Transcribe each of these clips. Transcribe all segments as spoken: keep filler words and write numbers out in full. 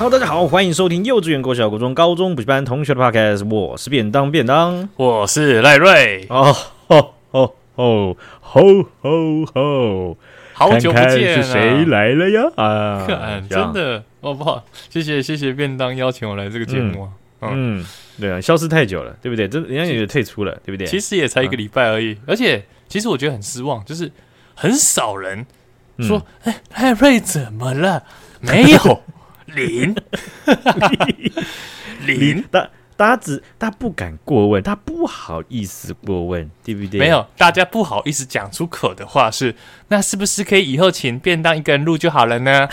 Hello， 大家好，欢迎收听幼稚园、国小、国中、高中补习班同学的 podcast， 我是便当便当， 我是赖瑞。 哦吼吼吼吼吼吼， 好久不见了，看看是谁来了呀？啊， 看真的，哦不好，谢谢谢谢便当邀请我来这个节目啊。 嗯，嗯对啊，消失太久了，对不对？这人家也退出了，对不对？ 其实也才一个礼拜而已，啊、而且其实我觉得很失望，就是很少人说，哎、嗯，赖瑞怎么了？没有。零零， 大大家只大家不敢过问，他不好意思过问，对不对？ 没有，大家不好意思讲出口的话是，那是不是可以以后请便当一个人录就好了呢？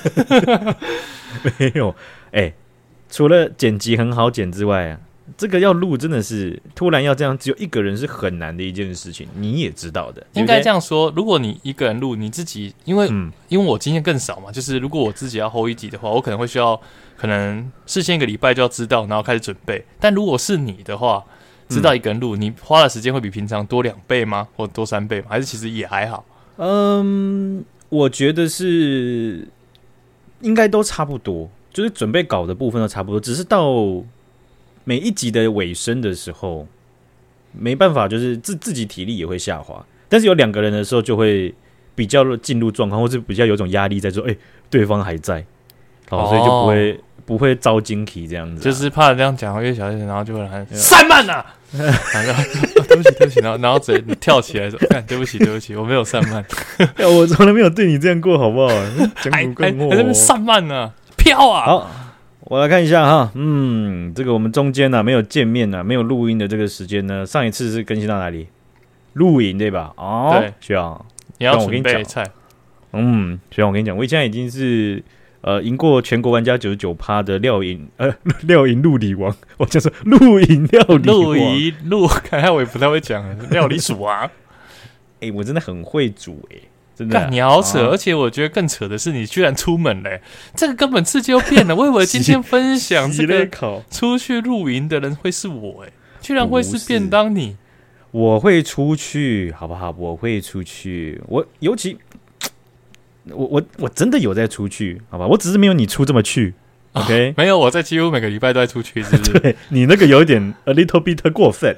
没有，哎、欸，除了剪辑很好剪之外啊，这个要录真的是突然要这样，只有一个人是很难的一件事情，你也知道的。 应该这样说，如果你一个人录，你自己因为、嗯、因为我经验更少嘛，就是如果我自己要 hold 一集的话，我可能会需要可能事先一个礼拜就要知道，然后开始准备。但如果是你的话，知道一个人录、嗯，你花的时间会比平常多两倍吗？或多三倍吗？还是其实也还好？ 嗯，我觉得是应该都差不多，就是准备稿的部分都差不多，只是到每一集的尾声的时候，没办法，就是自自己体力也会下滑。但是有两个人的时候，就会比较进入状况，或者比较有种压力在说，哎、欸，对方还在，哦，所以就不会不会遭惊奇这样子、啊， 就是怕这样讲越小一点，然后就会来散漫呐，然后对不起对不起，然后然后直接跳起来说，干对不起对不起，我没有散漫， 我从来没有对你这样过，好不好？讲古更货，还在那边散漫呢，飘啊！ 好。我来看一下哈，嗯，这个我们中间呢、啊、没有见面呢、啊，没有录音的这个时间呢，上一次是更新到哪里？录影对吧？哦， 对， 学长， 你要准备菜。 嗯，学长，我跟你讲，我现在已经是呃赢过全国玩家九十九趴的料影呃料影陆理王，我叫做录影料理王， 录影录，看来我也不太会讲料理鼠王。 哎、欸，我真的很会煮哎、欸。真的、啊， 你好扯、啊！而且我觉得更扯的是，你居然出门嘞、欸，这个根本世界又变了。我以为今天分享这个出去露营的人会是我、欸，哎，居然会是便当你。 我会出去，好不好？我会出去。我尤其，我我我真的有在出去，好吧？我只是没有你出这么去。OK，、 哦、没有，我在几乎每个礼拜都在出去，是不是？ 对你那个有点 a little bit 过分，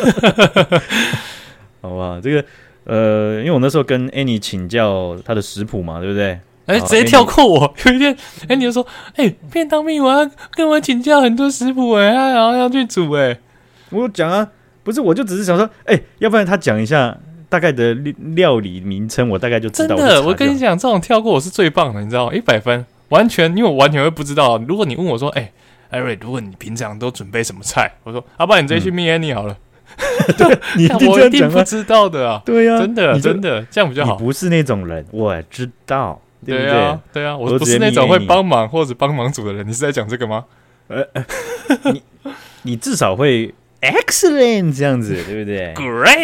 好吧？这个。呃，因为我那时候跟 Annie 请教她的食谱嘛，对不对？ 哎、欸，直接跳过我。有一天 Annie 就说：“哎、欸，便当蜜，我要跟我请教很多食谱哎、欸，然后要去煮哎。” 我讲啊，不是，我就只是想说，哎、欸，要不然他讲一下大概的料理名称，我大概就知道。 真的，我跟你讲，这种跳过我是最棒的，你知道吗？一百分，完全，因为我完全会不知道。如果你问我说：“哎、欸，艾瑞，如果你平常都准备什么菜？”我说：“要不然你直接去密 Annie 好了。嗯” 对，你一定我一定不知道的啊！ 对呀、啊， 真的真的，这样比较好。 你不是那种人，我知道，对不对？ 对啊，对啊，我不是那种会帮忙或者帮忙煮的人。你是在讲这个吗？ 呃，你你至少会 excellent 这样子，对不对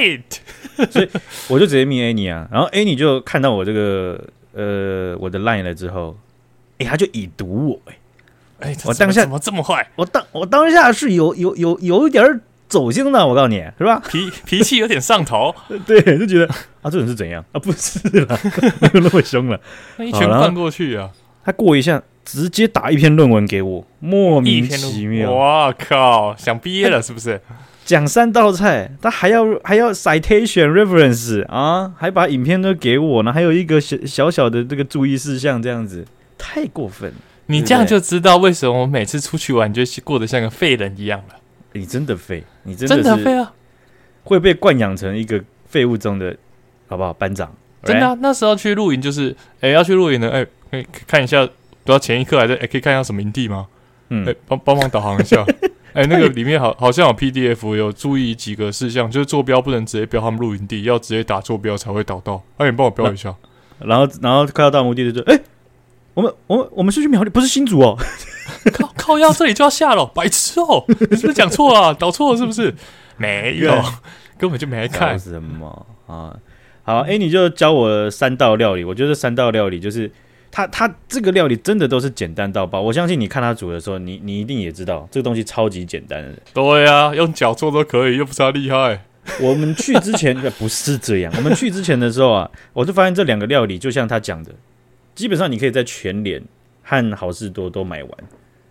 ？Great！ 所以我就直接密 Annie 啊，然后 Annie 就看到我这个呃我的 line 了之后，哎、欸，他就已读我、欸， 哎、欸， 我当下怎么这么坏？ 我当我当下是有有有有一点走心的，我告诉你，是吧？ 脾脾气有点上头， 对，就觉得啊，这人是怎样啊？不是啦，没有那么凶了， 那一拳灌过去啊！ 他过一下，直接打一篇论文给我，莫名其妙。 哇靠，想毕业了是不是？ 讲三道菜，他还要还要 citation reference 啊，还把影片都给我呢，还有一个小小小的这个注意事项，这样子太过分了。 你这样就知道为什么我每次出去玩就过得像个废人一样了。 你真的废，你真的是真的废啊！ 会被惯养成一个废物中的，好不好？班长， 真的、啊。那时候去露营就是，哎、欸，要去露营的，哎、欸，可以看一下，不知道前一刻还在，哎、欸，可以看一下什么营地吗？嗯，哎、欸，帮帮忙导航一下。哎、欸，那个里面好好像有 P D F， 有注意几个事项，就是坐标不能直接标他们露营地，要直接打坐标才会导到。哎、啊，你帮我标一下。 然后，然后快要到目的地就，哎、欸，我们我们我们是去苗栗，不是新竹哦。 靠靠腰，这里就要下了，白痴哦！你是不是讲错了、啊？导错了是不是？没有，根本就没看什么啊！好，哎、欸，你就教我三道料理。我觉得三道料理就是他他这个料理真的都是简单到爆。我相信你看他煮的时候，你你一定也知道这个东西超级简单的。 对啊，用脚做都可以，又不是他厉害。 我们去之前不是这样，我们去之前的时候啊，我就发现这两个料理就像他讲的，基本上你可以在全联和好事多都买完。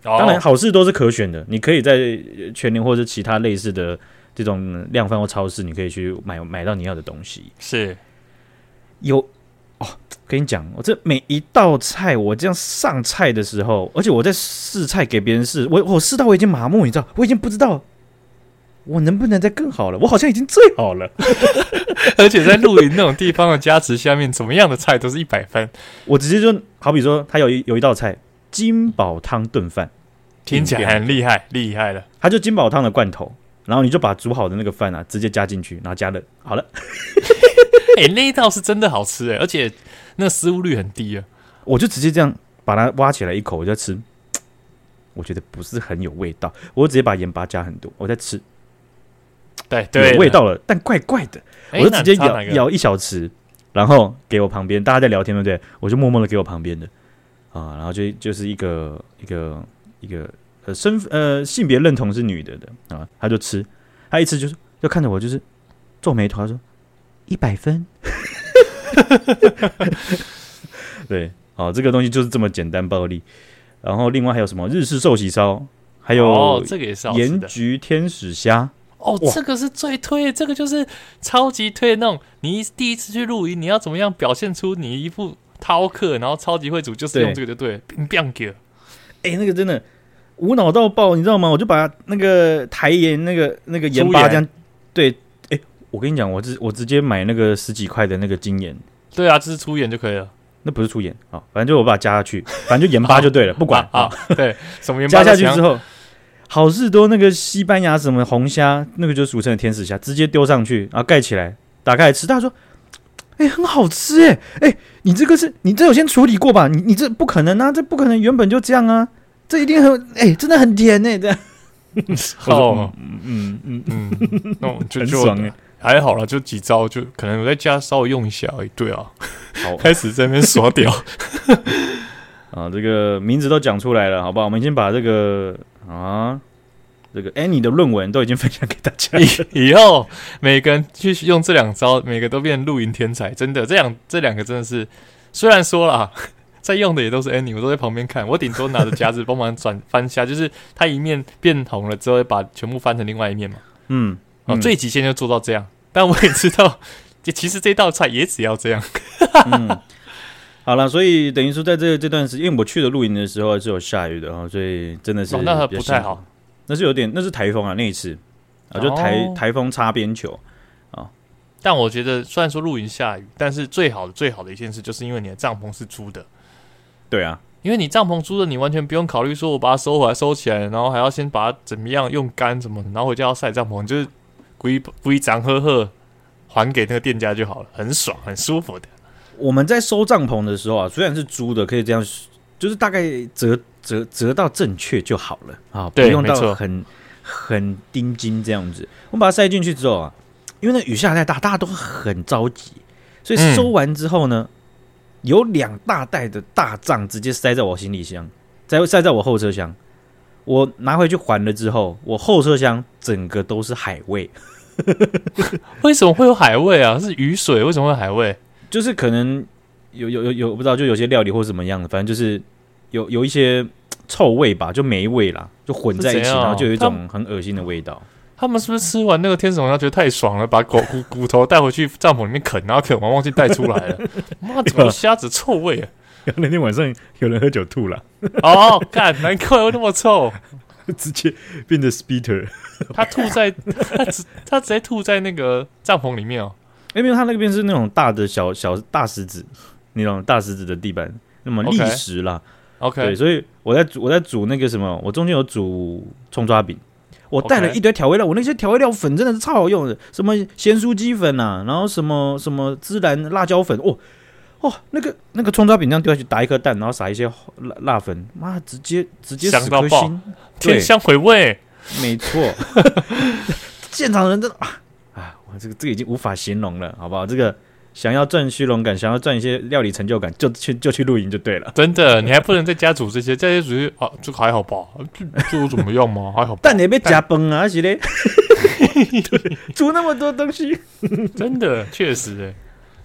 哦、 当然好事都是可选的，你可以在全联或者其他类似的这种量贩或超市，你可以去买买到你要的东西。 是有哦，跟你讲，我这每一道菜，我这样上菜的时候，而且我在试菜给别人试，我我试到我已经麻木，你知道，我已经不知道我能不能再更好了，我好像已经最好了。 而且在露营那种地方的加持下面，怎么样的菜都是一百分。 我直接就好比说，他有一有一道菜金宝汤炖饭， 听起来很厉害，厉害了。 他就金宝汤的罐头，然后你就把煮好的那个饭啊直接加进去，然后加热，好了。 哎、欸，那一道是真的好吃哎、欸，而且那个失误率很低啊。 我就直接这样把它挖起来一口，我就吃。我觉得不是很有味道，我就直接把盐巴加很多，我在吃。 对对， 有味道了，但怪怪的， 欸、 我就直接咬咬一小匙，然后给我旁边，大家在聊天，对不对？我就默默的给我旁边的啊，然后就就是一个一个一个呃身呃性别认同是女的的啊，他就吃，他一吃就是就看着我，就是皱眉头，他说一百分，对，哦，这个东西就是这么简单暴力。然后另外还有什么日式寿喜烧，还有哦，这个也是盐焗天使虾。 哦，这个是最推，这个就是超级推的那种。你第一次去露营，你要怎么样表现出你一副饕客，然后超级会煮，就是用这个就对了。冰给， 哎，那个真的无脑到爆，你知道吗？我就把那个台盐那个那个盐巴这样，对，哎，我跟你讲，我直我直接买那个十几块的那个精盐。 对啊，就是粗盐就可以了。 那不是粗盐啊，反正就我把它加下去，反正就盐巴就对了，不管啊。对，什么盐巴加下去之后。好事多那个西班牙什么红虾，那个就俗称的天使虾，直接丢上去，然后盖起来，打开来吃。大家说：“哎、欸，很好吃哎、欸！哎、欸，你这个是你这有先处理过吧？你你这不可能啊，这不可能原本就这样啊，这一定很哎、欸，真的很甜哎、欸！”这样， 哦， 嗯嗯嗯， 那我就很爽哎、欸， 还好啦，就几招，就可能我在家稍微用一下而已。对啊， 好， 开始在那边耍屌啊，这个名字都讲出来了，好不好？我们已经把这个。啊，这个 Annie 的论文都已经分享给大家了。 以, 以后每个人去用这两招，每个都变露营天才。真的，这两这两个真的是，虽然说啦，在用的也都是 Annie， 我都在旁边看，我顶多拿着夹子帮忙转翻下，就是它一面变红了之后，把全部翻成另外一面嘛。嗯，哦，嗯、最极限就做到这样。但我也知道，其实这道菜也只要这样。 嗯好了，所以等于说，在这这段时间，因为我去的露营的时候是有下雨的，然后所以真的是、哦、 那不太好， 那是有点那是台风啊那一次啊，就台、哦、台风擦边球啊。 但我觉得虽然说露营下雨，但是最好的最好的一件事，就是因为你的帐篷是租的。 对啊， 因为你帐篷租的，你完全不用考虑说我把它收回来收起来，然后还要先把它怎么样用干什么，然后回家要晒帐篷，你就是规规章呵呵还给那个店家就好了，很爽很舒服的。 我们在收帐篷的时候啊，虽然是租的，可以这样，就是大概折折折到正确就好了啊，不用到很很钉金这样子。我们把它塞进去之后啊，因为那雨下太大，大家都很着急，所以收完之后呢，嗯、有两大袋的大帐直接塞在我行李箱，再塞在我后车厢。我拿回去还了之后，我后车厢整个都是海味。 为什么会有海味啊？是雨水，为什么会有海味？ 就是可能有有有有不知道，就有些料理或什么样的，反正就是有有一些臭味吧，就霉味啦，就混在一起，然后就有一种很恶心的味道。 他们是不是吃完那个天使龙虾觉得太爽了，把骨骨骨头带回去帐篷里面啃，然后啃完忘记带出来了？妈，怎么虾子臭味啊？ 那天晚上有人喝酒吐了。 哦，干，难怪会那么臭， 直接变成 Speeder。 他吐在他直他直接吐在那个帐篷里面哦。 因为他那边是那种大的小小大石子，那种大石子的地板，那么砾石啦。 OK， 对，所以我在煮我在煮那个什么，我中间有煮葱抓饼，我带了一堆调味料，我那些调味料粉真的是超好用的，什么咸酥鸡粉啊，然后什么什么孜然辣椒粉，哦哦，那个那个葱抓饼这样丢下去，打一颗蛋，然后撒一些辣辣粉，妈，直接直接香到爆，甜香回味， 没错，现场人真的啊。啊，我这个这个已经无法形容了，好不好？这个想要赚虚荣感，想要赚一些料理成就感，就去就去露营就对了。 真的，你还不能在家煮这些，在家煮这些啊，这个还好吧？这这有怎么样吗？还好吧。 但你别加崩啊，是嘞。煮那么多东西， 真的确实哎。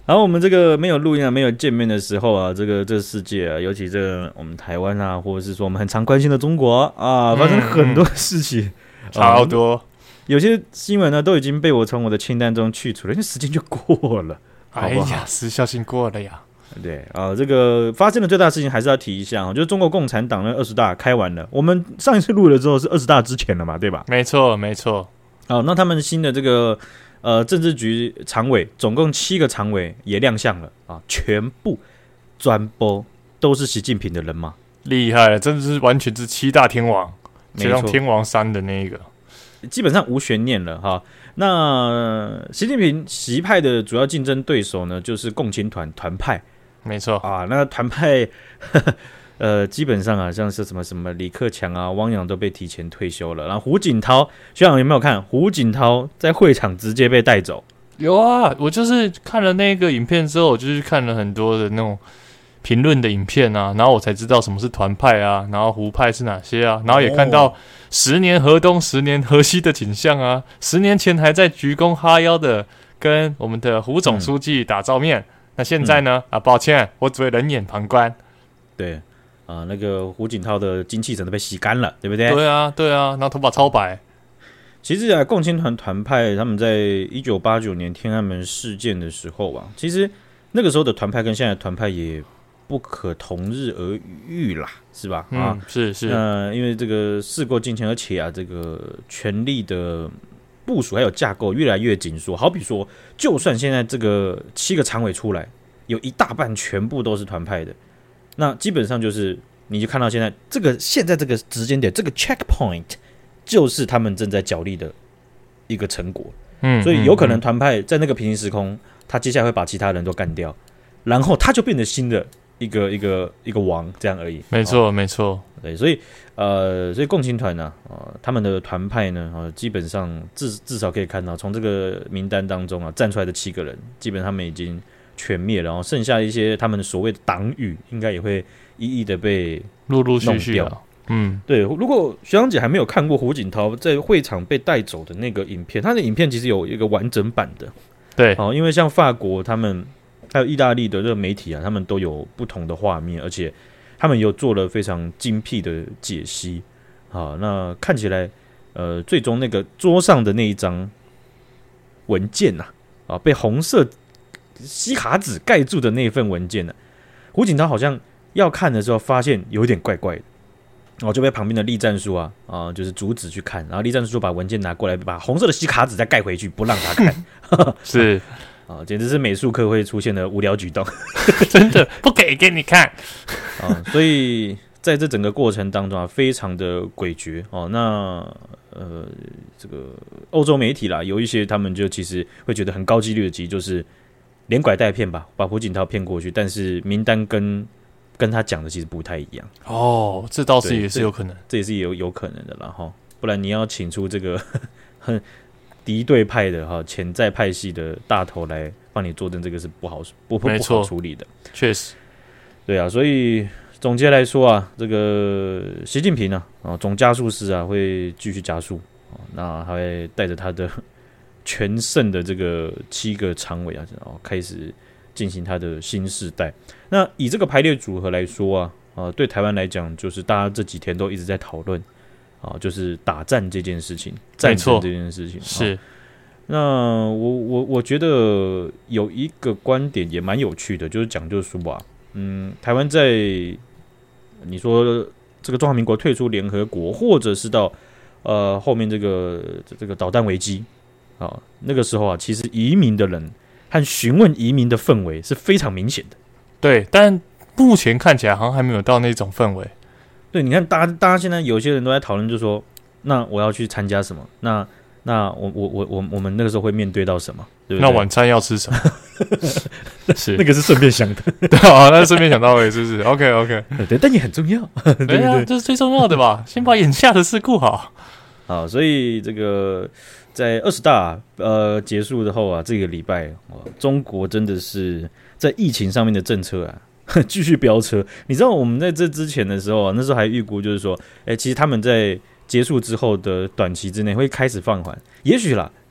然后我们这个没有录音啊，没有见面的时候啊，这个这个世界啊，尤其这个我们台湾啊，或者是说我们很常关心的中国啊，发生了很多事情， 嗯嗯、超多、嗯。 有些新闻呢都已经被我从我的清单中去除了，因为时间就过了。 哎呀，时效性过了呀。 对啊、呃，这个发生的最大的事情还是要提一下，就是中国共产党的二十大开完了。我们上一次录了之后是二十大之前了嘛，对吧？ 没错，没错。 好、哦，那他们新的这个。呃，政治局常委总共七个常委也亮相了啊，全部专播都是习近平的人嘛， 厉害了，真的是完全是七大天王，就像天王山的那一个， 基本上无悬念了哈。那习近平习派的主要竞争对手呢，就是共青团团派， 没错啊，那团派。呵呵呃，基本上啊，像是什么什么李克强啊、汪洋都被提前退休了。然后胡锦涛，学长有没有看？胡锦涛在会场直接被带走。 有啊，我就是看了那个影片之后，我就去看了很多的那种评论的影片啊，然后我才知道什么是团派啊，然后胡派是哪些啊，然后也看到十年河东、十年河西的景象啊。十年前还在鞠躬哈腰的跟我们的胡总书记打照面，嗯、那现在呢？啊，抱歉，我只会冷眼旁观。 对。啊，那个胡锦涛的精气神都被洗干了，对不对？ 对啊，对啊，然后头发超白。 其实啊，共青团团派他们在一九八九年天安门事件的时候啊，其实那个时候的团派跟现在的团派也不可同日而语啦，是吧？ 嗯、 啊， 是是。 呃，因为这个事过境迁，而且啊，这个权力的部署还有架构越来越紧缩。好比说，就算现在这个七个常委出来，有一大半全部都是团派的。那基本上就是，你就看到现在这个现在这个时间点，这个 checkpoint 就是他们正在角力的一个成果。嗯，所以有可能团派在那个平行时空，他接下来会把其他人都干掉，然后他就变成新的一个一个一个王这样而已。 没错，哦、没错。 对，所以呃，所以共青团呢、啊，呃，他们的团派呢，呃，基本上至至少可以看到，从这个名单当中啊，站出来的七个人，基本上他们已经。全灭，然后剩下一些他们所谓的党羽，应该也会一一的被陆陆续续啊。嗯， 对。如果学长姐还没有看过胡锦涛在会场被带走的那个影片，他的影片其实有一个完整版的。 对， 哦，因为像法国他们还有意大利的这个媒体啊，他们都有不同的画面，而且他们有做了非常精辟的解析。好，那看起来，呃，最终那个桌上的那一张文件呐、啊，啊，被红色。西卡纸盖住的那份文件呢、啊，胡锦涛好像要看的时候，发现有点怪怪的，然后就被旁边的栗战书啊啊、呃，就是阻止去看，然后栗战书就把文件拿过来，把红色的西卡纸再盖回去，不让他看。 是啊、呃，简直是美术课会出现的无聊举动， 真的不给给你看啊、呃。所以在这整个过程当中啊，非常的诡谲哦。那呃，这个欧洲媒体啦，有一些他们就其实会觉得很高几率的其实就是连拐带骗吧，把胡锦涛骗过去，但是名单跟跟他讲的其实不太一样。 哦，这倒是也是有可能， 这也是有有可能的啦哈。不然你要请出这个很敌对派的哈潜在派系的大头来帮你作证，这个是不好不不不好处理的。 确实， 对啊，所以总结来说啊，这个习近平呢啊总加速师啊会继续加速，那他会带着他的。全盛的这个七个常委啊，然后开始进行他的新世代。那以这个排列组合来说啊，呃，对台湾来讲，就是大家这几天都一直在讨论啊，就是打战这件事情，战争这件事情是。 那我我我觉得有一个观点也蛮有趣的，就是讲就是说啊，嗯，台湾在你说这个中华民国退出联合国，或者是到呃后面这个这个导弹危机。啊，那个时候啊，其实移民的人和询问移民的氛围是非常明显的。 对，但目前看起来好像还没有到那种氛围。 对，你看，大家大家现在有些人都在讨论，就说，那我要去参加什么？那那我我我我我们那个时候会面对到什么？对不对？ 那晚餐要吃什么？是那个是顺便想的， 对啊，那是顺便想到的，是不是 ？OK OK， 对，但也很重要，对不对？ 对啊，这是最重要的吧？先把眼下的事顾好。 好，所以这个。在二十大呃结束之后啊，这个礼拜、哦、中国真的是在疫情上面的政策啊继续飙车。你知道我们在这之前的时候啊，那时候还预估就是说，哎，其实他们在结束之后的短期之内会开始放缓，也许啦，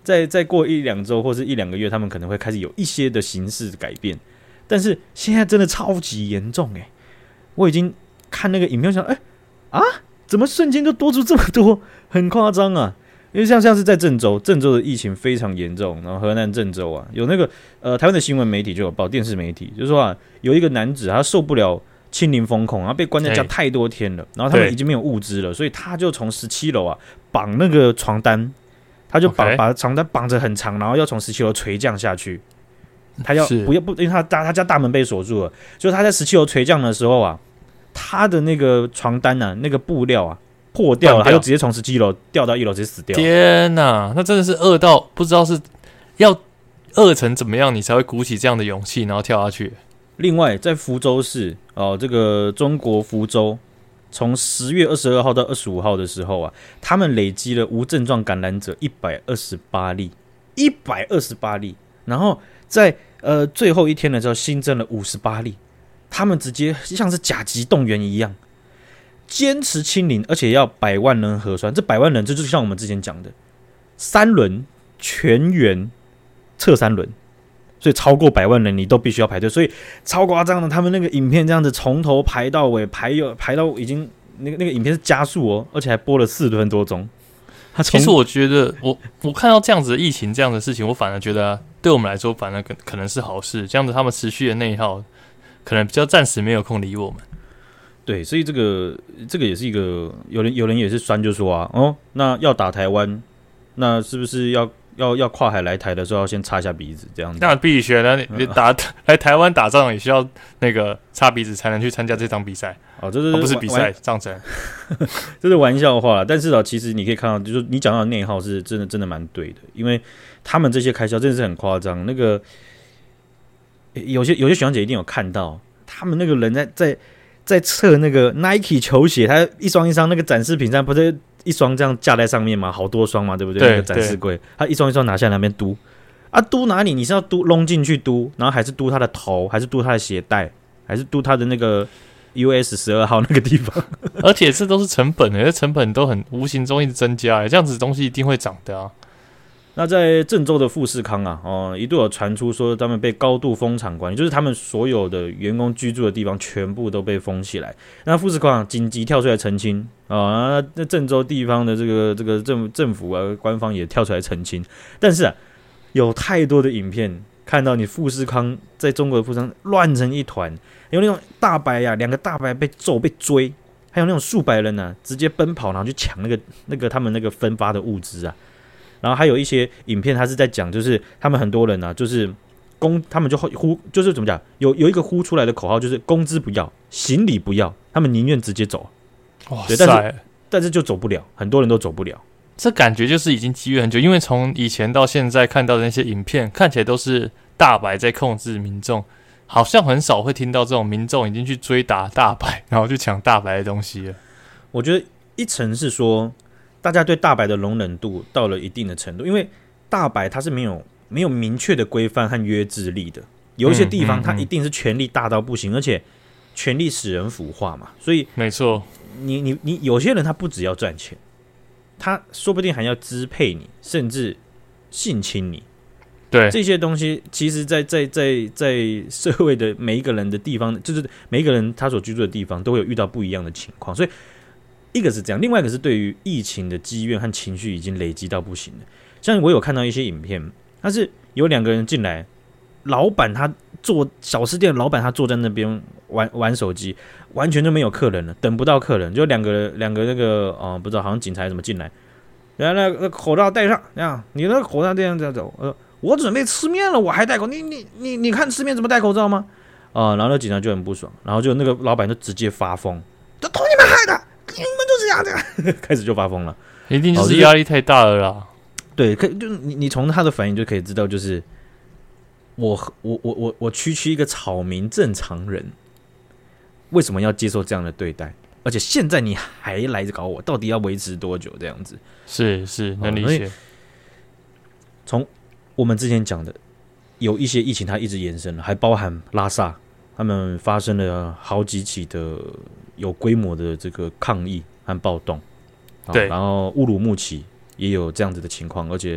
再再过一两周或是一两个月，他们可能会开始有一些的形式改变。但是现在真的超级严重哎、欸！我已经看那个影片想，哎、欸、啊，怎么瞬间就多出这么多，很夸张啊！因为像像是在郑州，郑州的疫情非常严重，然后河南郑州啊，有那个呃台湾的新闻媒体就有报，电视媒体就说啊，有一个男子他受不了清零封控，然后被关在家太多天了，然后他们已经没有物资了，所以他就从十七楼啊绑那个床单，他就把、okay. 把床单绑着很长，然后要从十七楼垂降下去。他要不要不？因为他他家大门被锁住了，所以他在十七楼垂降的时候啊，他的那个床单啊，那个布料啊破掉了，他就直接从十七楼掉到一楼，直接死掉了。 天哪，那真的是饿到不知道是要饿成怎么样，你才会鼓起这样的勇气，然后跳下去。 另外，在福州市哦，这个中国福州，从十月二十二号到二十五号的时候啊，他们累积了无症状感染者一百二十八例，一百二十八例，然后。在呃最后一天的时候新增了五十八例，他们直接像是甲级动员一样，坚持清零，而且要百万人核酸。这百万人，这就像我们之前讲的，三轮全员测三轮，所以超过百万人你都必须要排队，所以超夸张的。他们那个影片这样子从头排到尾，排有排到已经那个那个影片是加速哦，而且还播了四分多钟。 其实我觉得我，我我看到这样子的疫情这样的事情，我反而觉得、啊、对我们来说，反而可可能是好事。这样子他们持续的内耗，可能比较暂时没有空理我们。 对，所以这个这个也是一个有人有人也是酸，就说啊，哦，那要打台湾，那是不是要要要跨海来台的时候要先擦一下鼻子这样子？ 那必须的，那你打、嗯、来台湾打仗也需要那个擦鼻子才能去参加这场比赛。哦，这是、哦、不是比赛，仗争， 这是玩笑话啦。但是啊，其实你可以看到，就是你讲到的内耗是真的，真的蛮对的，因为他们这些开销真的是很夸张。那个有些有些学长姐一定有看到，他们那个人在在在测那个 Nike 球鞋，他一双一双那个展示品上不是一双这样架在上面吗？好多双嘛，对不对？ 对， 那个展示柜，他一双一双拿下来那边嘟啊，嘟哪里？你是要嘟弄进去嘟，然后还是嘟他的头，还是嘟他的鞋带，还是嘟他的那个？U S 十二号那个地方， 而且这都是成本的，这成本都很无形中一直增加，这样子东西一定会涨的啊。 那在郑州的富士康啊，哦，一度有传出说他们被高度封场管理，就是他们所有的员工居住的地方全部都被封起来。那富士康紧急跳出来澄清啊，那郑州地方的这个这个政政府啊，官方也跳出来澄清，但是啊，有太多的影片看到你富士康在中国的富士康乱成一团。有那种大白呀、啊，两个大白被揍被追，还有那种数百人呢、啊，直接奔跑然后去抢那个那个他们那个分发的物资啊。然后还有一些影片，他是在讲，就是他们很多人啊，就是工，他们就呼，就是怎么讲，有有一个呼出来的口号，就是工资不要，行李不要，他们宁愿直接走。 哇塞！但是但是就走不了，很多人都走不了。 这感觉就是已经积怨很久，因为从以前到现在看到的那些影片，看起来都是大白在控制民众。好像很少会听到这种民众已经去追打大白，然后去抢大白的东西了。 我觉得一层是说，大家对大白的容忍度到了一定的程度，因为大白它是没有没有明确的规范和约制力的，有一些地方它一定是权力大到不行，嗯嗯嗯、而且权力使人腐化嘛，所以没错， 你你你有些人他不只要赚钱，他说不定还要支配你，甚至性侵你。 对， 这些东西，其实在在在在社会的每一个人的地方，就是每一个人他所居住的地方，都会有遇到不一样的情况。所以，一个是这样，另外一个是对于疫情的积怨和情绪已经累积到不行了。像我有看到一些影片，他是有两个人进来，老板他做小吃店，老板他坐在那边玩玩手机，完全就没有客人了，等不到客人，就两个两个那个哦、呃，不知道好像警察怎么进来，然后那个口罩戴上，这样你那个口罩这样这样走，呃。我准备吃面了，我还戴口罩？你你你你看吃面怎么戴口罩吗？啊、呃，然后那警察就很不爽，然后就那个老板就直接发疯，这都你们害的，你们就是这样子，开始就发疯了， 一定就是压力太大了啦。 对，可就你你从他的反应就可以知道，就是我我我我我区区一个草民正常人，为什么要接受这样的对待？而且现在你还来搞我，到底要维持多久？这样子是是能理解。 从我们之前讲的，有一些疫情它一直延伸了，还包含拉萨，他们发生了好几起的有规模的这个抗议和暴动。对，然后乌鲁木齐也有这样子的情况，而且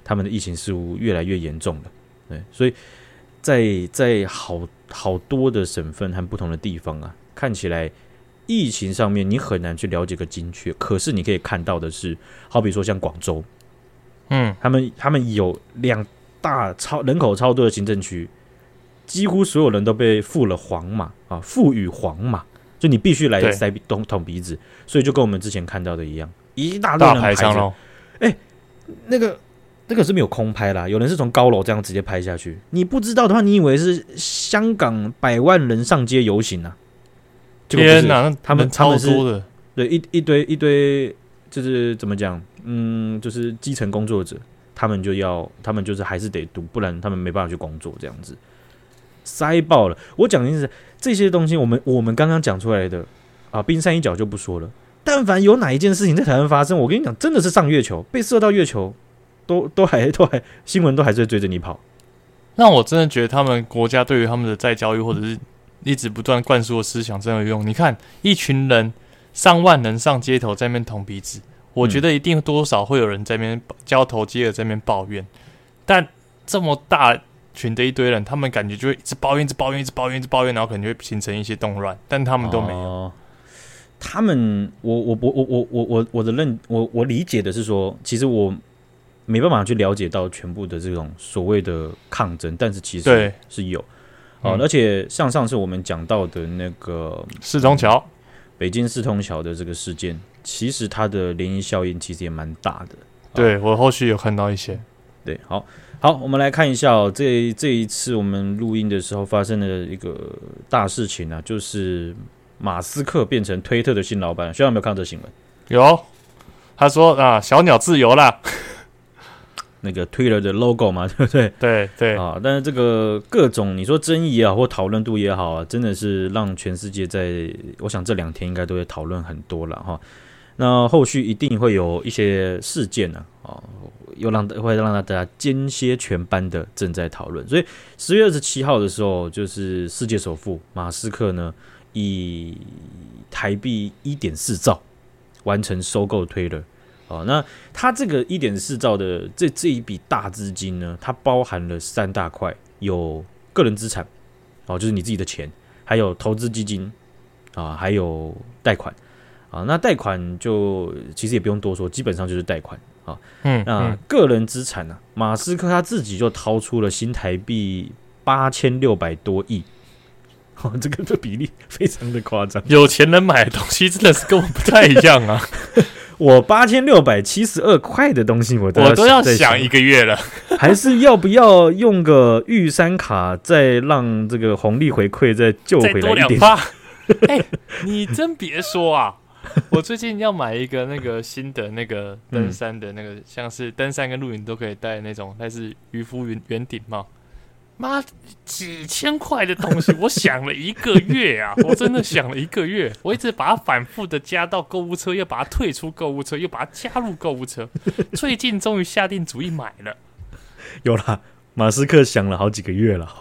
他们的疫情似乎越来越严重了。对，所以在在好好多的省份和不同的地方啊，看起来疫情上面你很难去了解个精确，可是你可以看到的是，好比说像广州， 嗯， 他们他们有两大超人口超多的行政区，几乎所有人都被赋了黄码啊，赋予黄码，就你必须来塞捅捅鼻子，所以就跟我们之前看到的一样，一大堆人排着，哎、欸，那个。那个是没有空拍啦，有人是从高楼这样直接拍下去。你不知道的话，你以为是香港百万人上街游行啊？ 天哪， 他们超多的， 对一一堆一堆，就是怎么讲？嗯，就是基层工作者，他们就要，他们就是还是得读，不然他们没办法去工作，这样子塞爆了。我讲的是这些东西，我们我们刚刚讲出来的啊，冰山一角就不说了。但凡有哪一件事情在台湾发生，我跟你讲，真的是上月球被射到月球。都都还都还新闻都还是会追着你跑， 那我真的觉得他们国家对于他们的再教育或者是一直不断灌输的思想真的有用。你看，一群人上万人上街头在那边捅鼻子，我觉得一定多少会有人在那边交头接耳在那边抱怨，但这么大群的一堆人，他们感觉就会一直抱怨、一直抱怨、一直抱怨、一直抱怨，然后可能就会形成一些动乱，但他们都没有。哦、 他们，我我我我我我我的认我我理解的是说，其实我。没办法去了解到全部的这种所谓的抗争，但是其实是有，哦、嗯，而且像上次我们讲到的那个四通桥、嗯， 北京四通桥的这个事件，其实它的涟漪效应其实也蛮大的。 对、哦、我后续有看到一些， 对，好，好，我们来看一下哦，这这一次我们录音的时候发生的一个大事情啊，就是马斯克变成推特的新老板。学长有没有看到这新闻？ 有，他说啊，小鸟自由啦。 那个 Twitter 的 logo 嘛，对不对？ 对对啊，但是这个各种你说争议啊，或讨论度也好啊，真的是让全世界在，我想这两天应该都会讨论很多了哈。那后续一定会有一些事件呢、啊，啊，又让会让大家间歇全班的正在讨论。所以十月二十七号的时候，就是世界首富马斯克呢，以台币一点四兆完成收购 Twitter。哦，那它这个 一点四兆的这这一笔大资金呢，它包含了三大块，有个人资产，哦，就是你自己的钱，还有投资基金啊，还有贷款啊。那贷款就其实也不用多说，基本上就是贷款啊。嗯，那个人资产呢、啊，马斯克他自己就掏出了新台币八千六百多亿。哦，这个的比例非常的夸张， 有钱人买的东西真的是跟我不太一样啊。 我八千六百七十二块的东西我都要， 我都要想一个月了， 还是要不要用个玉山卡，再让这个红利回馈再救回来一点？再多两趴。 哎、欸，你真别说啊！我最近要买一个那个新的那个登山的那个，嗯、像是登山跟露营都可以戴那种，类似渔夫圆圆顶帽。妈，几千块的东西，我想了一个月啊！我真的想了一个月，我一直把它反复的加到购物车，又把它退出购物车，又把它加入购物车。最近终于下定主意买了。 有啦，马斯克想了好几个月了，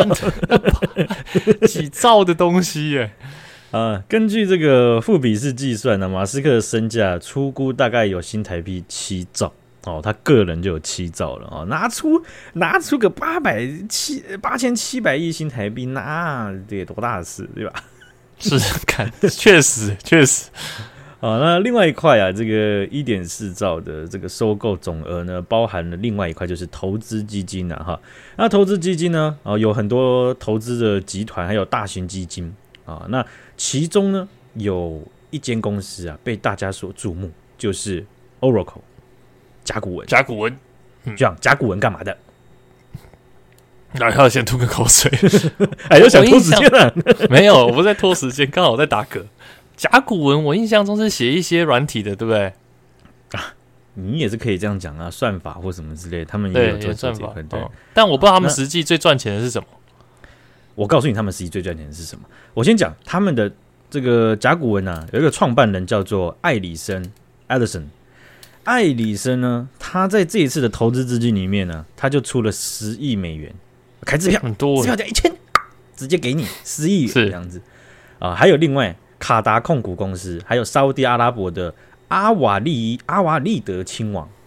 几兆的东西耶！ 啊，根据这个富比士计算呢，马斯克的身价初估大概有新台币七兆。哦，他个人就有七兆了哦，拿出拿出个八百七八千七百亿新台币，那这多大的事，对吧？ 是，看，确实确实。 啊，那另外一块啊，这个一点四兆的这个收购总额呢，包含了另外一块就是投资基金啊，哈。那投资基金呢，啊，有很多投资的集团，还有大型基金啊。那其中呢，有一间公司啊，被大家所注目，就是 Oracle。甲骨文， 甲骨文， 这样甲骨文干嘛的？ 然后先吐个口水， 哎，又想拖时间了？ 没有，我不是在拖时间，刚好我在打嗝。甲骨文，我印象中是写一些软体的，对不对？ 啊，你也是可以这样讲啊，算法或什么之类，他们也有做算法。 对、哦， 但我不知道他们实际最赚钱的是什么。 我告诉你，他们实际最赚钱的是什么？我先讲他们的这个甲骨文啊，有一个创办人叫做艾里森 （Ellison）。艾里森呢，他在这一次的投资资金里面呢，他就出了十亿美元，开支票， 很多， 支票加一千，直接给你十亿这样子啊。还有另外卡达控股公司，还有沙烏地阿拉伯的阿瓦利阿瓦利德亲王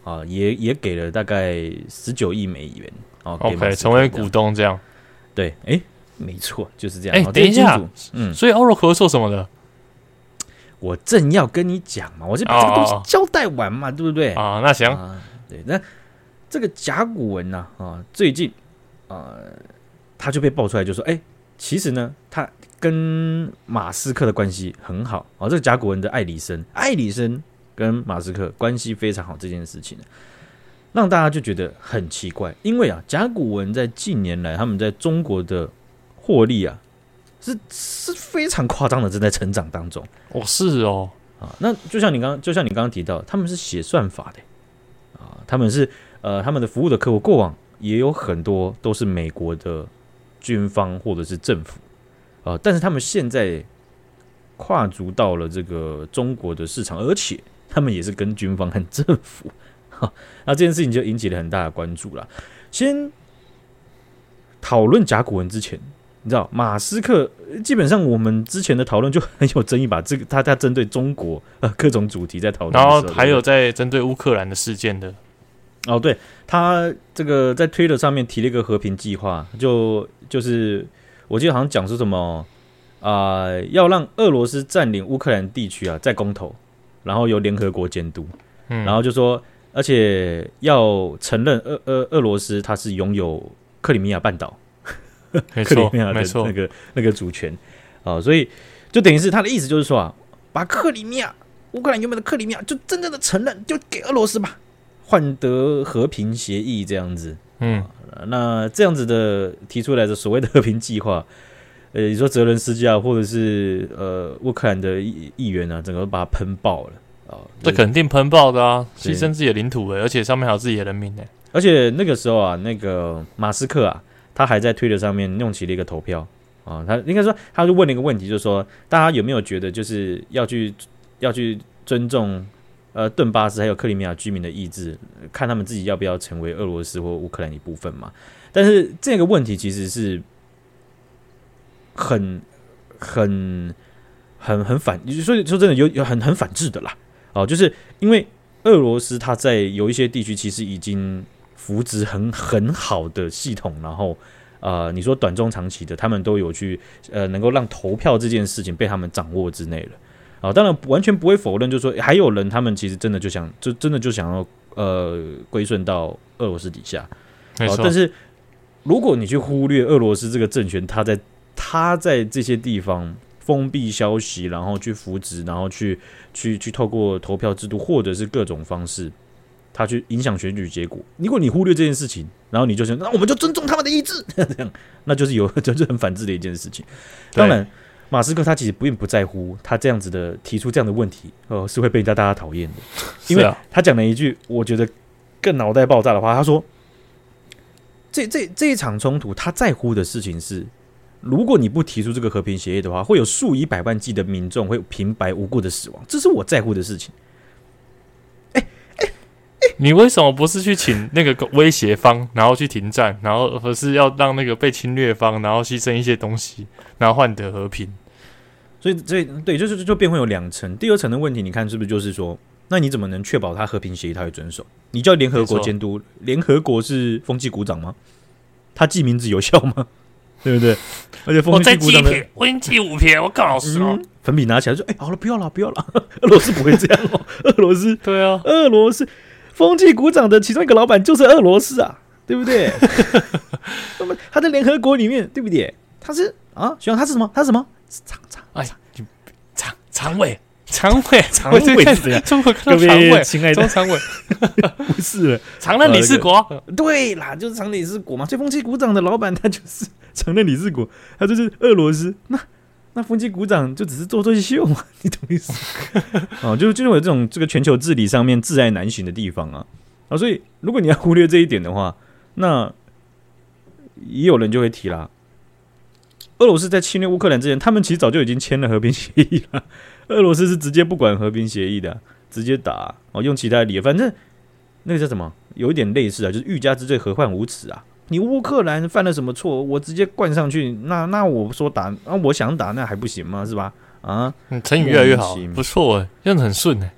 啊，也也给了大概十九亿美元啊 ，OK， 成为股东这样。 对，哎、欸，没错，就是这样。 哎、欸，等一下，嗯，所以 Oracle 做什么的？ 我正要跟你讲嘛，我就把这个东西交代完嘛，哦、对不对？ 啊，那行、 啊，对，那这个甲骨文呢、啊，啊，最近啊，他就被爆出来，就说，哎、欸，其实呢，他跟马斯克的关系很好啊。这个甲骨文的艾里森，艾里森跟马斯克关系非常好，这件事情让大家就觉得很奇怪，因为啊，甲骨文在近年来他们在中国的获利啊。是是非常夸张的，正在成长当中。 哦，是哦， 啊，那就像你刚就像你刚刚提到，他们是写算法的啊，他们是呃，他们的服务的客户过往也有很多都是美国的军方或者是政府啊，但是他们现在跨足到了这个中国的市场，而且他们也是跟军方和政府，哈，那这件事情就引起了很大的关注了。先讨论甲骨文之前。你知道马斯克基本上我们之前的讨论就很有争议吧？这个他他针对中国呃各种主题在讨论， 然后还有在针对乌克兰的事件的。 哦，对，他这个在推特上面提了一个和平计划，就就是我记得好像讲说什么啊、呃，要让俄罗斯占领乌克兰地区啊，再公投，然后由联合国监督，嗯，然后就说，而且要承认俄俄俄罗斯它是拥有克里米亚半岛。克里米亚的那个那个主权啊、哦，所以就等于是他的意思就是说啊，把克里米亚乌克兰原本的克里米亚就真正的承认，就给俄罗斯吧，换得和平协议这样子。嗯，那这样子的提出来的所谓的和平计划，呃，你说泽伦斯基啊，或者是呃乌克兰的议员啊，整个都把它喷爆了啊、哦， 这肯定喷爆的啊，牺牲自己的领土哎，而且上面还有自己的人民哎， 而且那个时候啊，那个马斯克啊。他还在推特上面弄起了一个投票啊，他应该说，他就问了一个问题，就是说，大家有没有觉得，就是要去要去尊重呃顿巴斯还有克里米亚居民的意志，看他们自己要不要成为俄罗斯或乌克兰一部分嘛？但是这个问题其实是很很很很反，所以说真的有有很很反制的啦，哦，就是因为俄罗斯它在有一些地区其实已经。扶植很很好的系统，然后呃，你说短中长期的，他们都有去呃，能够让投票这件事情被他们掌握之内了。啊、呃，当然完全不会否认，就是说还有人他们其实真的就想，就真的就想要呃归顺到俄罗斯底下。 没错、呃。 但是如果你去忽略俄罗斯这个政权，他在他在这些地方封闭消息，然后去扶植，然后去去去透过投票制度或者是各种方式。他去影响选举结果。如果你忽略这件事情，然后你就想，那我们就尊重他们的意志，这样那就是有就是很反制的一件事情。当然，马斯克他其实并不在乎他这样子的提出这样的问题，呃，是会被大家讨厌的。因为他讲了一句我觉得更脑袋爆炸的话，他说：“这这这一场冲突，他在乎的事情是，如果你不提出这个和平协议的话，会有数以百万计的民众会平白无故的死亡，这是我在乎的事情。” 你为什么不是去请那个威胁方，然后去停战，然后而是要让那个被侵略方，然后牺牲一些东西，然后换得和平？ 所以，所以对，就是就变会有两层。第二层的问题，你看是不是就是说，那你怎么能确保他和平协议他会遵守？你叫联合国监督，联合国是风纪股长吗？他记名字有效吗？对不对？而且风纪股长的， 我已经记五篇，我告老师了。 粉笔拿起来说：“哎、欸，好了，不要了，不要了。”俄罗斯不会这样哦，俄罗斯对啊， 俄罗斯。风纪股长的其中一个老板就是俄罗斯啊，对不对？那么他在联合国里面，对不对？他是啊，学长他是什么？他是什么？常常哎，常常委，常委， 常委是怎样？ 中国看到常委， 亲爱的， 中常委不是了， 常任理事国、 呃。对啦，就是常任理事国嘛。所以风纪股长的老板他就是常任理事国，他就是俄罗斯。那那风纪股长就只是做做秀嘛，你懂意思？哦，就就有这种这个全球治理上面挚爱难行的地方啊。啊，所以如果你要忽略这一点的话，那也有人就会提啦。俄罗斯在侵略乌克兰之前，他们其实早就已经签了和平协议了。俄罗斯是直接不管和平协议的，直接打哦，用其他的理由，反正那个叫什么，有一点类似啊，就是欲加之罪，何患无辞啊。你乌克兰犯了什么错，我直接灌上去，那那我说打，啊，我想打那还不行吗？是吧？啊， 嗯，成语越来越好，不错哎，这样子很顺哎。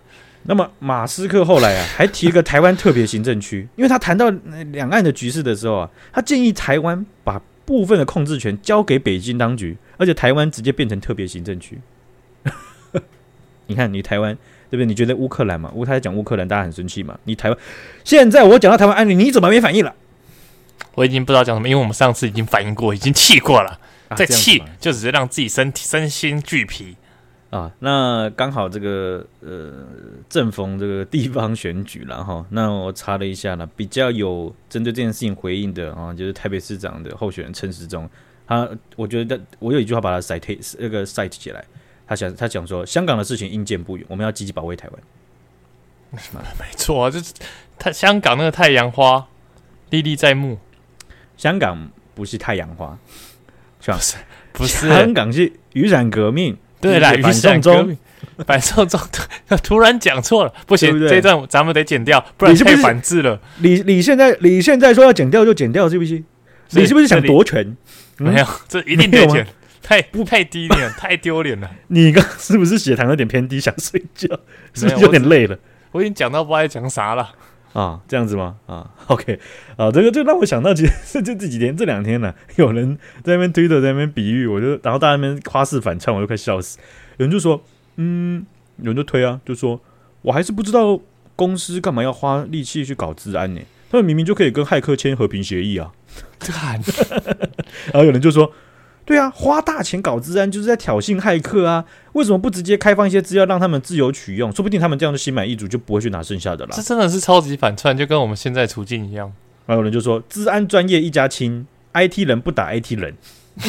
那么马斯克后来啊，还提了个台湾特别行政区，因为他谈到两岸的局势的时候啊，他建议台湾把部分的控制权交给北京当局，而且台湾直接变成特别行政区。你看，你台湾对不对？你觉得乌克兰嘛？乌他在讲乌克兰，大家很生气嘛？你台湾，现在我讲到台湾案例，你怎么没反应了？ 我已经不知道讲什么，因为我们上次已经反应过，已经气过了，啊、再气就只是让自己身体身心俱疲。 啊，那刚好这个呃正逢这个地方选举了哈，那我查了一下呢，比较有针对这件事情回应的啊，就是台北市长的候选人陈时中，他我觉得我有一句话把他 cite 那个 cite 起来，他想他讲说，香港的事情应见不远，我们要积极保卫台湾。 没错啊，就是他香港那个太阳花历历在目，香港不是太阳花，是吧？ 不是不是， 香港是雨伞革命。 对啦，雨伞革命，反送中突然讲错了，不行，对对这一段咱们得剪掉，不然太反制了。 你你现在你现在说要剪掉就剪掉，是不是？你是不是想夺权？ 嗯、没有，这一定得剪，太太低廉，太丢脸了。 你刚是不是血糖有点偏低，想睡觉？是不是有点累了？ 我已经讲到不知道讲啥了啊，这样子吗？啊 ，OK， 啊，这个就让我想到，其实就这几天这两天呢、啊，有人在那边推特在那边比喻，我就然后大家那边夸饰反串，我就快笑死。有人就说，嗯，有人就推啊，就说我还是不知道公司干嘛要花力气去搞治安呢？他们明明就可以跟骇客签和平协议啊。然后有人就说，对啊，花大钱搞治安就是在挑衅骇客啊！为什么不直接开放一些资料让他们自由取用？说不定他们这样就心满意足，就不会去拿剩下的啦。 这真的是超级反串，就跟我们现在处境一样。 然后有人就说，治安专业一家亲 ，I T 人不打 I T 人。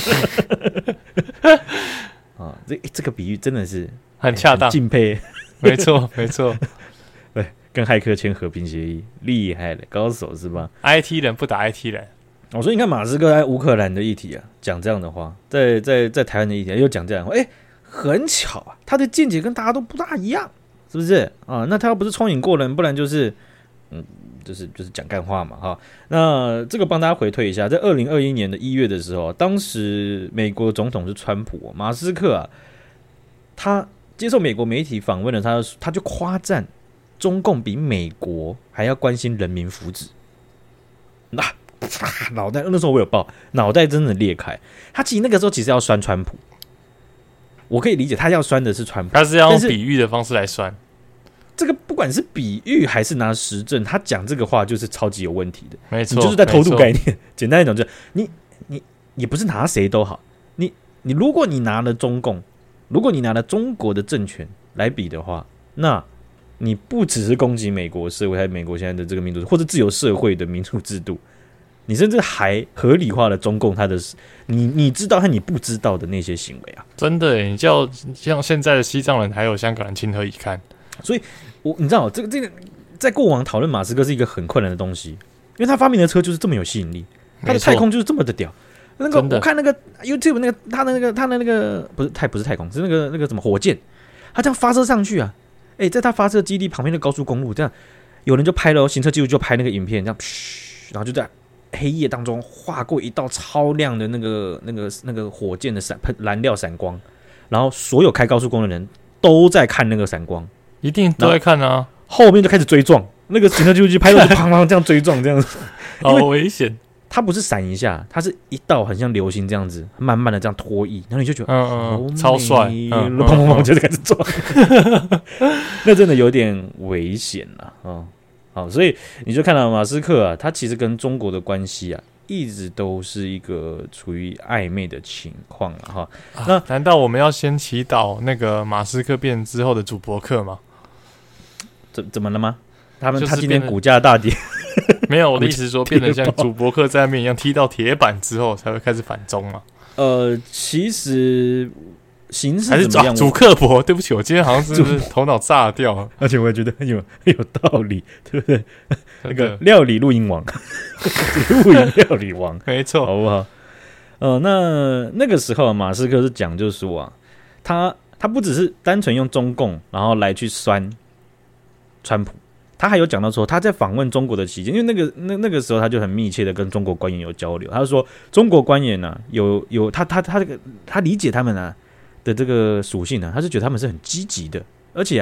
啊，这这个比喻真的是很恰当， 很敬佩。 没错，没错。 对，跟骇客签和平协议，厉害的高手是吧 ？I T 人不打 I T 人。 我说，你看马斯克在乌克兰的议题啊，讲这样的话，在在在台湾的议题、啊、又讲这样的话，哎、欸，很巧啊，他的见解跟大家都不大一样，是不是啊？那他要不是聪颖过人，不然就是嗯，就是就是讲干话嘛，哈。那这个帮大家回推一下，在二零二一年的一月的时候，当时美国总统是川普，马斯克啊，他接受美国媒体访问了，他他就夸赞中共比美国还要关心人民福祉，那。脑袋那时候我有报，脑袋真的裂开。他其实那个时候其实要酸川普，我可以理解他要酸的是川普， 他是要用比喻的方式来酸。 这个不管是比喻还是拿实证，他讲这个话就是超级有问题的。 没错， 你就是在偷渡概念。简单来讲，就是你你也不是拿谁都好，你你如果你拿了中共，如果你拿了中国的政权来比的话，那你不只是攻击美国社会，还有美国现在的这个民主或者自由社会的民主制度。你甚至还合理化了中共他的你你知道和你不知道的那些行为啊！ 真的耶，你叫像现在的西藏人还有香港人情何以堪？ 所以我你知道这个这个在过往讨论马斯克是一个很困难的东西，因为他发明的车就是这么有吸引力，他的太空就是这么的屌。那个我看那个 YouTube 那个他的那个他的那个不是太不是太空，是那个那个什么火箭，他这样发射上去啊！哎、欸，在他发射基地旁边的高速公路，这样有人就拍了行车记录，就拍那个影片，这样，然后就这样。黑夜当中划过一道超亮的那个、那个、那个火箭的闪喷燃料闪光，然后所有开高速公路的人都在看那个闪光， 一定都在看啊。 后面就开始追撞，那个行车记录器拍到就砰砰这样追撞，这样子好危险。 它不是闪一下，它是一道很像流星这样子，慢慢的这样脱翼，然后你就觉得嗯嗯、哦、超帅，砰砰砰就开始撞，那真的有点危险了啊。好，所以你就看到马斯克啊，他其实跟中国的关系啊，一直都是一个处于暧昧的情况了哈。 啊、那难道我们要先祈禱那個馬斯克變之後的主博客嗎？ 怎怎麼了嗎？他們他今天股價大跌， 沒有，我的意思是說，變得像主博客在面一樣踢到鐵板之後才會開始反中嘛？ 呃，其實。形式还是主客博，对不起，我今天好像是不是头脑炸掉了， 而且我也觉得很有很有道理，对不对？那个料理录音王，录音料理王， 没错， 好不好？呃，那那个时候马斯克是讲，就是说啊，他他不只是单纯用中共，然后来去酸川普，他还有讲到说他在访问中国的期间，因为那个那那个时候他就很密切的跟中国官员有交流，他就说中国官员呢、啊、有有他他他这个他理解他们啊。的这个属性呢、啊，他是觉得他们是很积极的，而且啊，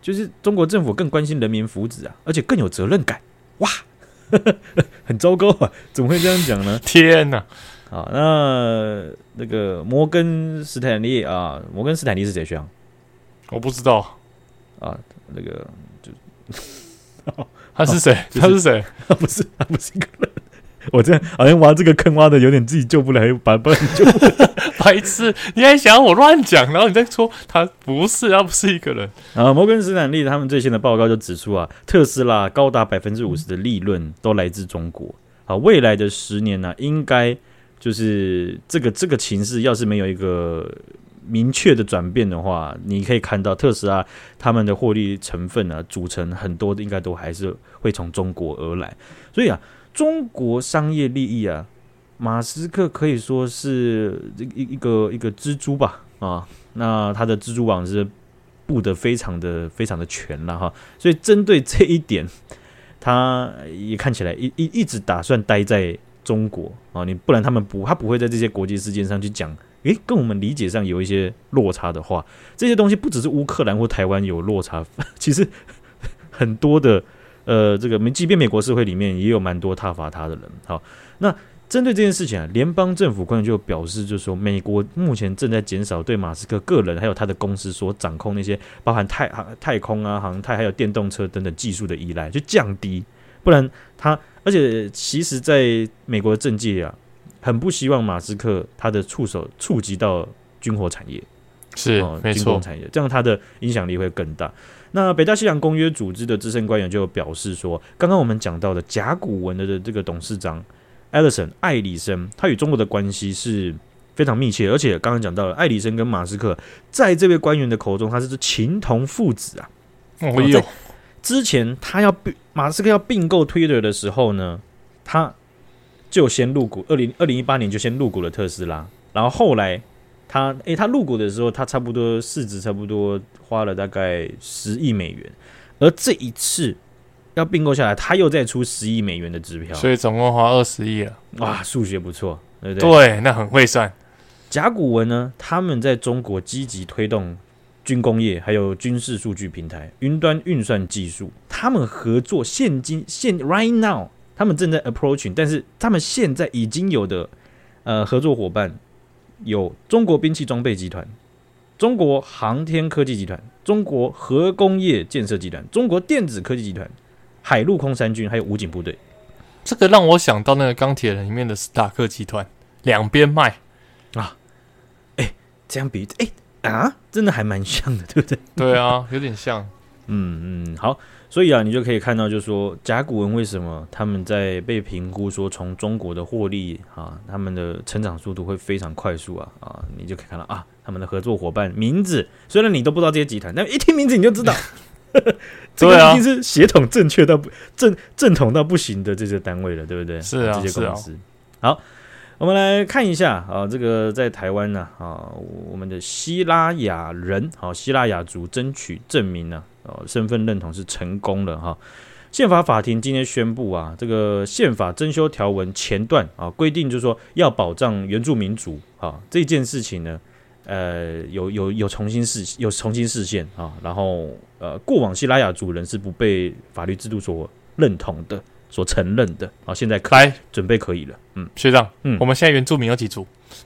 就是中国政府更关心人民福祉啊，而且更有责任感。哇，很糟糕啊！怎么会这样讲呢？ 天哪！ 好，那那个摩根斯坦利啊，摩根斯坦利是谁学长？ 我不知道啊，那个就他是谁？哦就是、他是谁？ 他不是，他不是一个人。我这样好像挖这个坑挖的有点自己救不了，把别人救不了。 白痴！你还想要我乱讲，然后你再说他不是，他不是一个人。 啊，摩根斯坦利他们最新的报告就指出啊，特斯拉高达百分之五十的利润都来自中国。好，未来的十年呢、啊，应该就是这个这个情势，要是没有一个明确的转变的话，你可以看到特斯拉他们的获利成分呢、啊，组成很多的应该都还是会从中国而来。所以啊，中国商业利益啊。马斯克可以说是一一个一个蜘蛛吧，啊，那他的蜘蛛网是布得非常的非常的全了哈，所以针对这一点，他也看起来一一一直打算待在中国啊，你不然他们不他不会在这些国际事件上去讲，诶，跟我们理解上有一些落差的话，这些东西不只是乌克兰或台湾有落差，其实很多的呃这个即便美国社会里面也有蛮多挞伐他的人，好，那。针对这件事情啊，联邦政府官员就表示，就是说，美国目前正在减少对马斯克个人还有他的公司所掌控那些包含太太空啊、航太还有电动车等等技术的依赖，就降低。不然他，而且其实在美国的政界啊，很不希望马斯克他的触手触及到军火产业， 是、哦、没错， 军工产业，这样他的影响力会更大。那北大西洋公约组织的资深官员就表示说，刚刚我们讲到的甲骨文的这个董事长。艾利森，艾里森，他与中国的关系是非常密切，而且刚刚讲到了，艾里森跟马斯克在这位官员的口中，他是情同父子啊。 哦哟， 之前他要马斯克要并购 Twitter 的时候呢，他就先入股，二零二零一八年就先入股了特斯拉，然后后来他诶、欸，他入股的时候，他差不多市值差不多花了大概十亿美元，而这一次。要并购下来，他又再出十亿美元的支票， 所以总共花二十亿了。 哇，数学不错，对不对？ 对，那很会算。 甲骨文呢，他们在中国积极推动军工业，还有军事数据平台、云端运算技术。他们合作现今现 right now， 他们正在 approaching， 但是他们现在已经有的呃合作伙伴有中国兵器装备集团、中国航天科技集团、中国核工业建设集团、中国电子科技集团。海陆空三军还有武警部队， 这个让我想到那个钢铁人里面的史塔克集团，两边卖啊，哎、欸，这样比哎、欸、啊，真的还蛮像的，对不对？ 对啊，有点像。 嗯嗯，好，所以啊，你就可以看到，就是说甲骨文为什么他们在被评估说从中国的获利啊，他们的成长速度会非常快速啊啊，你就可以看到啊，他们的合作伙伴名字，虽然你都不知道这些集团，但一听名字你就知道。这个已经是血统正确到不正正统到不行的这些单位了，对不对？ 是啊， 这些公司。 是啊、好，我们来看一下啊，这个在台湾呢啊，我们的希拉雅人，好、啊，希拉雅族争取证明呢、啊，啊，身份认同是成功了哈。宪法法庭今天宣布啊，这个宪法增修条文前段啊规定，就是说要保障原住民族啊这件事情呢。呃，有有有重新视有重新视线啊，然后呃，过往希拉雅族人是不被法律制度所认同的、所承认的啊，现在可来准备可以了。嗯， 学长， 嗯， 我们现在原住民有几族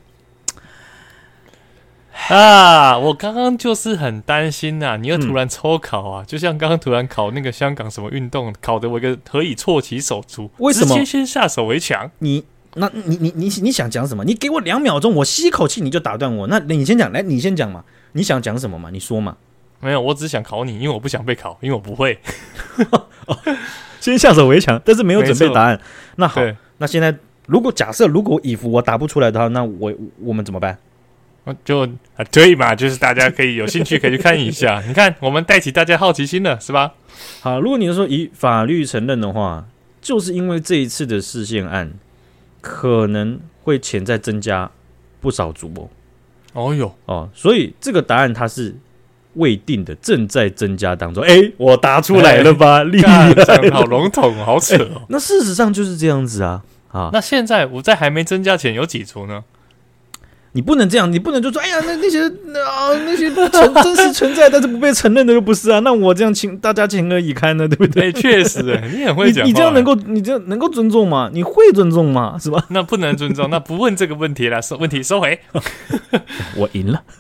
啊？我刚刚就是很担心呐、啊，你又突然抽考啊，嗯、就像刚刚突然考那个香港什么运动，考得我一个何以错其手足， 为什么直接先下手为强？ 你。那你你你你想讲什么？你给我两秒钟，我吸一口气你就打断我。那你先讲，来，你先讲嘛。你想讲什么嘛？你说嘛。 没有，我只想考你，因为我不想被考，因为我不会。 哦、先下手为强，但是没有准备答案。那好，那现在如果假设如果以服我答不出来的话，那我我们怎么办？ 就啊对嘛，就是大家可以有兴趣可以去看一下。你看，我们带起大家好奇心了，是吧？ 好，如果你是说以法律承认的话，就是因为这一次的释宪案。可能会潜在增加不少族哦， 哦哟哦，所以这个答案它是未定的，正在增加当中。哎，我答出来了吧？厉害， 好笼统，好扯哦。 那事实上就是这样子啊啊！ 那现在我在还没增加前有几族呢？ 你不能这样，你不能就说，哎呀，那那些啊那些存真实存在但是不被承认的就不是啊，那我这样情大家情何以堪呢？对不对？ 确、欸、实，你很会讲话， 你，你这样能够，你这样能够尊重吗？你会尊重吗？是吧？ 那不能尊重，那不问这个问题了，问题收回。 我赢了。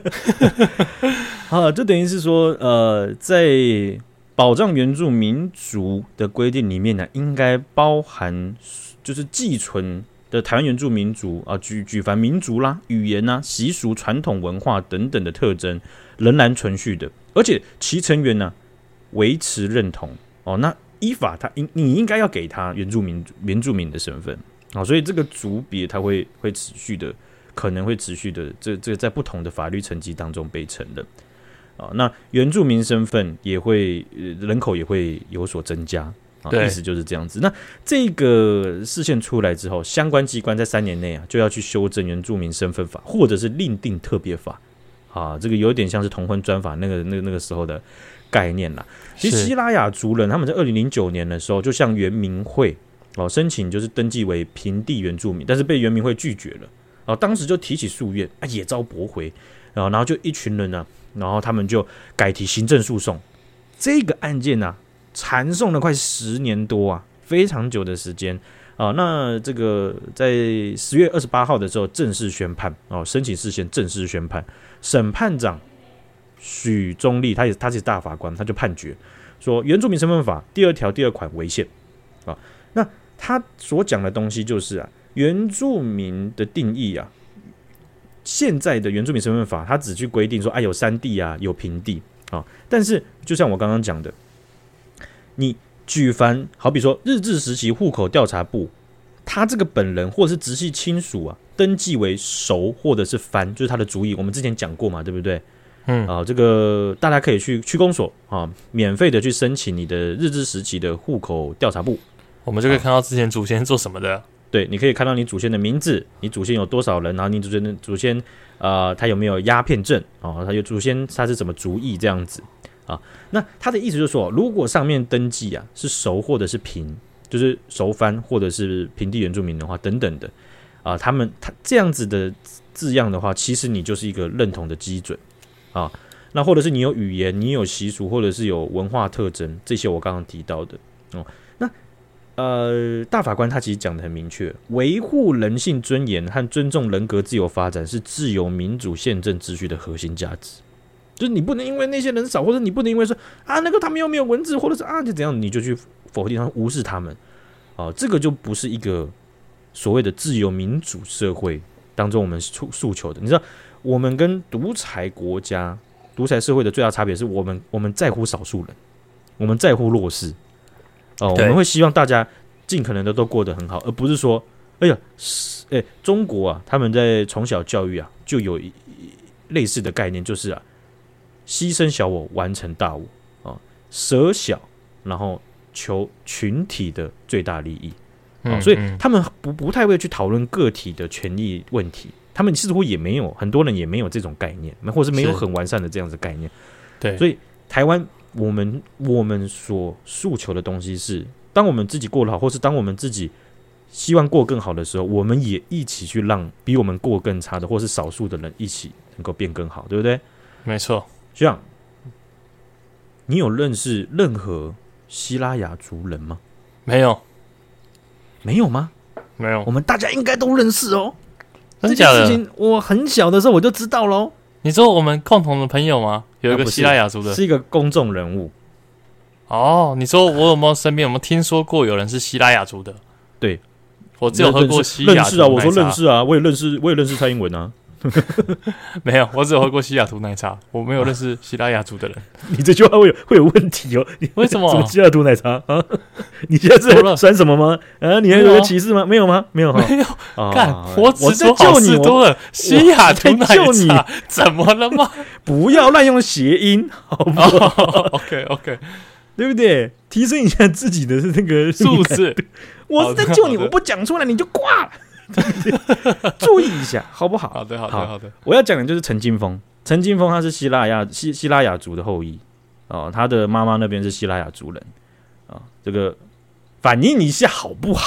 好，就等于是说，呃，在保障原住民族的规定里面呢，应该包含就是寄存的台湾原住民族啊，举举凡民族啦、语言啊、习俗、传统文化等等的特征仍然存续的，而且其成员呢维持认同哦。那依法他应你应该要给他原住民原住民的身份啊、哦，所以这个族别它会会持续的，可能会持续的，这这在不同的法律层级当中被承认啊、哦。那原住民身份也会、呃、人口也会有所增加。意思就是这样子。那这个释宪出来之后，相关机关在三年内啊，就要去修正原住民身份法，或者是另定特别法啊。这个有点像是同婚专法那个那个那个时候的概念啦。其实西拉雅族人他们在二零零九年的时候，就向原民会哦申请，就是登记为平地原住民，但是被原民会拒绝了。哦，当时就提起诉愿啊，也遭驳回。然后，然后就一群人呢、啊，然后他们就改提行政诉讼。这个案件呢、啊。缠讼了快十年多啊，非常久的时间啊。那这个在十月二十八号的时候正式宣判哦，申请释宪正式宣判。审判长许宗立，他也他是大法官，他就判决说，原住民身份法第二条第二款违宪啊。那他所讲的东西就是啊，原住民的定义啊，现在的原住民身份法，他只去规定说，啊有山地啊，有平地啊，但是就像我刚刚讲的。你举凡好比说日治时期户口调查部，他这个本人或者是直系亲属啊，登记为熟或者是番，就是他的族裔，我们之前讲过嘛，对不对？嗯啊，这个大家可以去区公所啊，免费的去申请你的日治时期的户口调查部， 我们就可以看到之前祖先做什么的。 对，你可以看到你祖先的名字，你祖先有多少人，然后你祖先的祖先呃，他有没有鸦片证哦，他有祖先他是什么族裔这样子。啊，那他的意思就是说，如果上面登记啊是熟或者是平，就是熟番或者是平地原住民的话，等等的啊，他们他这样子的字样的话，其实你就是一个认同的基准啊。那或者是你有语言，你有习俗，或者是有文化特征，这些我刚刚提到的哦。那呃，大法官他其实讲得很明确，维护人性尊严和尊重人格自由发展是自由民主宪政秩序的核心价值。就是你不能因为那些人少，或者你不能因为说啊那个他们又没有文字，或者是啊就怎样，你就去否定他们、无视他们，哦、啊，这个就不是一个所谓的自由民主社会当中我们诉求的。你知道，我们跟独裁国家、独裁社会的最大差别是我们我们在乎少数人，我们在乎弱势，哦、啊，我们会希望大家尽可能的都过得很好，而不是说，哎呀，哎，中国啊，他们在从小教育啊就有类似的概念，就是啊。牺牲小我，完成大我啊！舍小，然后求群体的最大利益啊！所以他们不不太会去讨论个体的权益问题，他们似乎也没有，很多人也没有这种概念，或是没有很完善的这样子概念。 对， 所以台湾我们我们所诉求的东西是，当我们自己过得好，或是当我们自己希望过更好的时候，我们也一起去让比我们过更差的，或是少数的人一起能够变更好，对不对？ 没错。 这样，你有认识任何西拉雅族人吗？ 没有， 没有吗？ 没有。 我们大家应该都认识哦。 真假的？ 这件事情我很小的时候我就知道喽。 你说我们共同的朋友吗？有一个西拉雅族的， 是一个公众人物。 哦，你说我有没有身边有没有听说过有人是西拉雅族的？ 对， 我只有喝过西雅族奶茶。 认识啊，我说认识啊，我也认识，我也认识蔡英文啊。 没有，我只有喝过西雅图奶茶，我没有认识西拉雅族的人。 你这句话会有会有问题哦。 为什么？ 什么西雅图奶茶啊？你现在是酸什么吗？啊，你还有个歧视吗？没有吗？没有， 没有。干、 啊， 我只说好事多了。西雅图奶茶怎么了吗？ 不要滥用谐音，好不好、 oh, ？OK OK， 对不对？提升一下自己的那个素质。 我是在救你，我不讲出来你就挂了。注意一下，好不好？ 好的，好的，好的。 我要讲的就是陈金峰。陈金峰他是希腊雅希希拉雅族的后裔哦，他的妈妈那边是希拉雅族人啊、哦。这个反映一下好不好？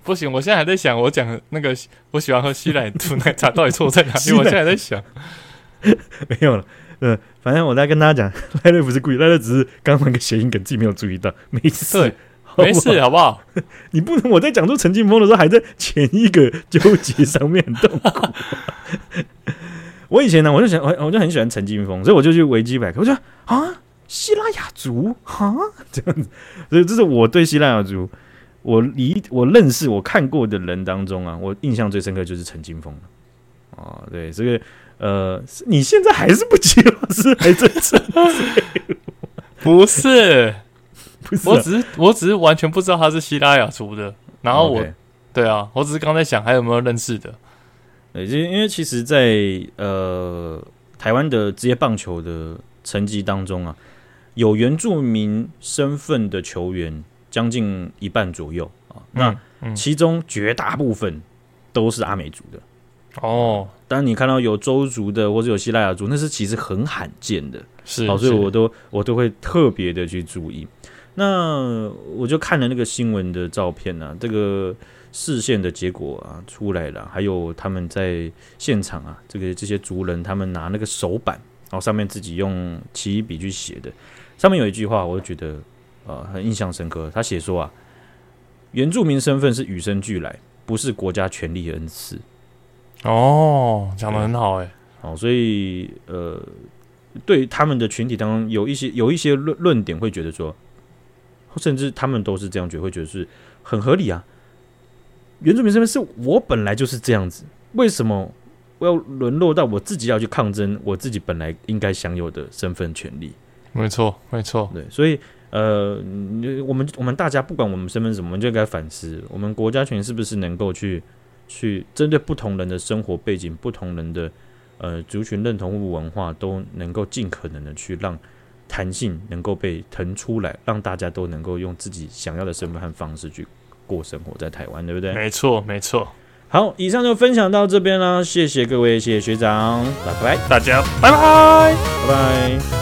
不行，我现在还在想，我讲那个我喜欢喝西兰吐奶茶到底错在哪里？我现在还在想， 没有了。呃，反正我在跟大家讲，赖乐不是故意，赖乐只是刚刚那个谐音梗自己没有注意到，没事， 对，没事，好不好？ 你不能我在讲出陈金峰的时候，还在前一个纠结上面很痛苦。我以前呢，我就想，我就很喜欢陈金峰，所以我就去维基百科，我就啊，希腊雅族啊，这样子，所以这是我对希腊雅族，我理我认识我看过的人当中啊，我印象最深刻就是陈金峰哦，对，这个。呃，你现在还是不接老师，还真是不是？ 不是、啊， 我只是我只是完全不知道他是希拉雅族的。然后我， okay. 对啊，我只是刚才想还有没有认识的。 对，因为其实在，在呃台湾的职业棒球的成绩当中啊，有原住民身份的球员将近一半左右啊。那、嗯、其中绝大部分都是阿美族的。 哦， 当你看到有州族的或者有希腊雅族，那是其实很罕见的， 是， 好，所以我都我都会特别的去注意。那我就看了那个新闻的照片啊，这个视线的结果啊出来了，还有他们在现场啊，这个这些族人他们拿那个手板，然后上面自己用奇异笔去写的，上面有一句话，我就觉得呃很印象深刻。他写说啊，原住民身份是与生俱来，不是国家权力恩赐。 哦，讲得很好哎， 好，所以呃，对他们的群体当中有一些有一些论论点会觉得说，甚至他们都是这样觉得，会觉得是很合理啊。原住民身份是我本来就是这样子，为什么我要沦落到我自己要去抗争我自己本来应该享有的身份权利？ 没错，没错， 对，所以呃，我们我们大家不管我们身份是什么，我们就应该反思，我们国家权是不是能够去。去针对不同人的生活背景、不同人的呃族群认同或文化，都能够尽可能的去让弹性能够被腾出来，让大家都能够用自己想要的身份和方式去过生活在台湾，对不对？ 没错，没错。 好，以上就分享到这边啦，谢谢各位，谢谢学长，拜拜， 大家拜拜， 拜拜。